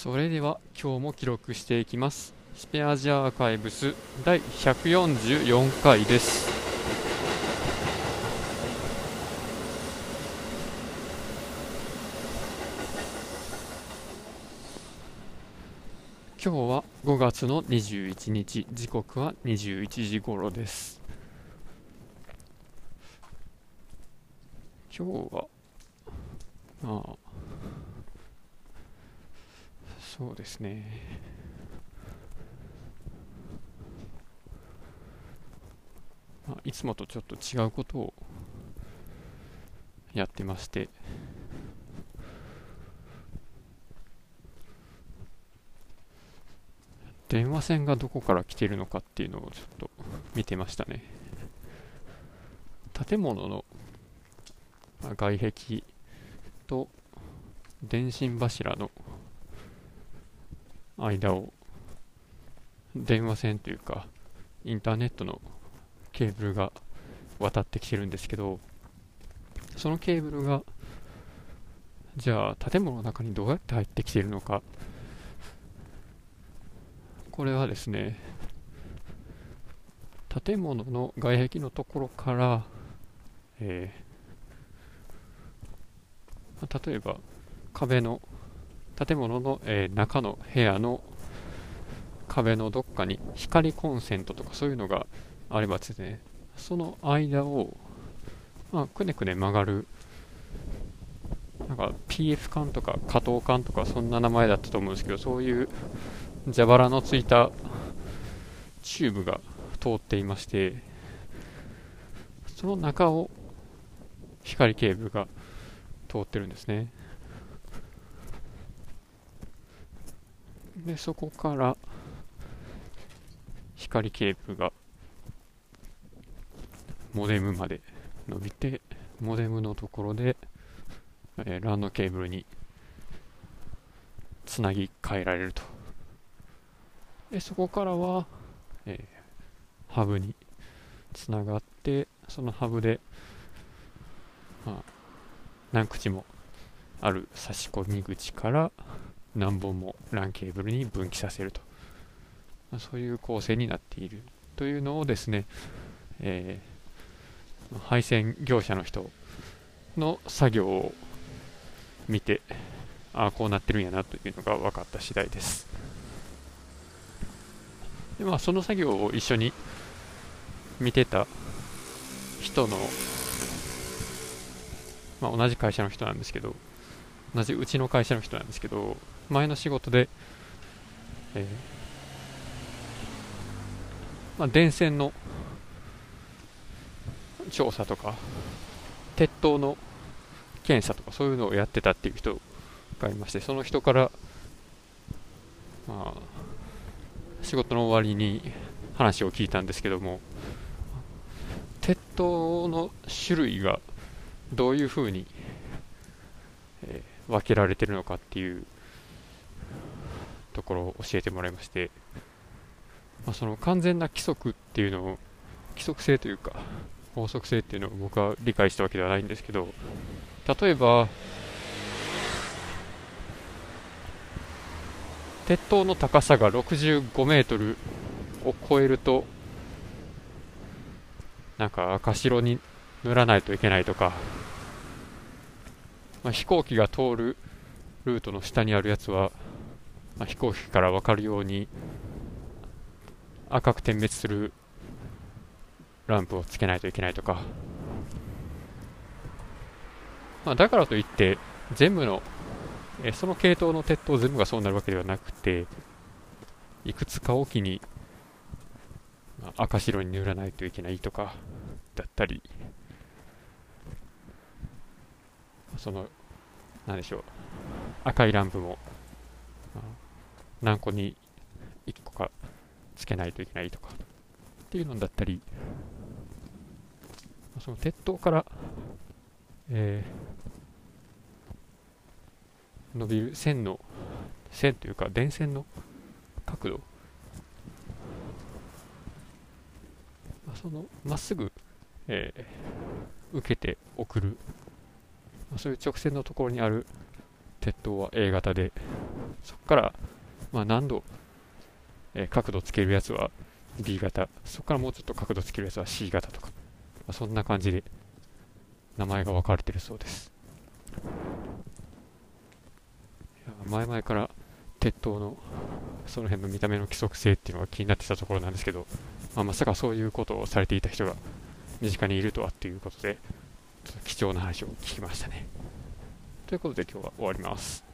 それでは今日も記録していきます。スペアジアーカイブス第144回です。今日は5月の21日、時刻は21時頃です。今日はそうですね、いつもとちょっと違うことをやってまして、電話線がどこから来ているのかっていうのをちょっと見てましたね。建物の外壁と電信柱の間を電話線というかインターネットのケーブルが渡ってきてるんですけど、そのケーブルがじゃあ建物の中にどうやって入ってきているのか。これはですね、建物の外壁のところから、例えば壁の建物の、中の部屋の壁のどっかに光コンセントとかそういうのがあればですね、その間を、くねくね曲がる、なんか PF 管とか加藤管とかそんな名前だったと思うんですけど、そういう蛇腹のついたチューブが通っていまして、その中を光ケーブルが通ってるんですね。でそこから光ケーブルがモデムまで伸びて、モデムのところで、LAN のケーブルにつなぎ替えられると。でそこからは、ハブにつながって、そのハブで、何口もある差し込み口から何本も LAN ケーブルに分岐させると、そういう構成になっているというのをですね、配線業者の人の作業を見て、こうなってるんやなというのが分かった次第です。で、その作業を一緒に見てた人の、同じ会社の人なんですけど、同じうちの会社の人なんですけど、前の仕事で、電線の調査とか鉄塔の検査とかそういうのをやってたっていう人がいまして、その人から、仕事の終わりに話を聞いたんですけども、鉄塔の種類がどういうふうに、分けられてるのかっていうところを教えてもらいまして、その完全な規則っていうのを、規則性というか法則性っていうのを僕は理解したわけではないんですけど、例えば鉄塔の高さが65メートルを超えるとなんか赤白に塗らないといけないとか、飛行機が通るルートの下にあるやつは、飛行機から分かるように赤く点滅するランプをつけないといけないとか、だからといって全部のその系統の鉄塔全部がそうなるわけではなくて、いくつかおきに赤白に塗らないといけないとかだったり、その何でしょう、赤いランプも何個に1個かつけないといけないとかっていうのだったり、その鉄塔から、伸びる線というか電線の角度、そのまっすぐ、受けて送る、そういう直線のところにある鉄塔は A 型で、 そこから、何度、角度つけるやつは B 型、そこからもうちょっと角度つけるやつは C 型とか、そんな感じで名前が分かれてるそうです。前々から鉄塔のその辺の見た目の規則性っていうのが気になってたところなんですけど、まさかそういうことをされていた人が身近にいるとはっていうことで、ちょっと貴重な話を聞きましたね。ということで今日は終わります。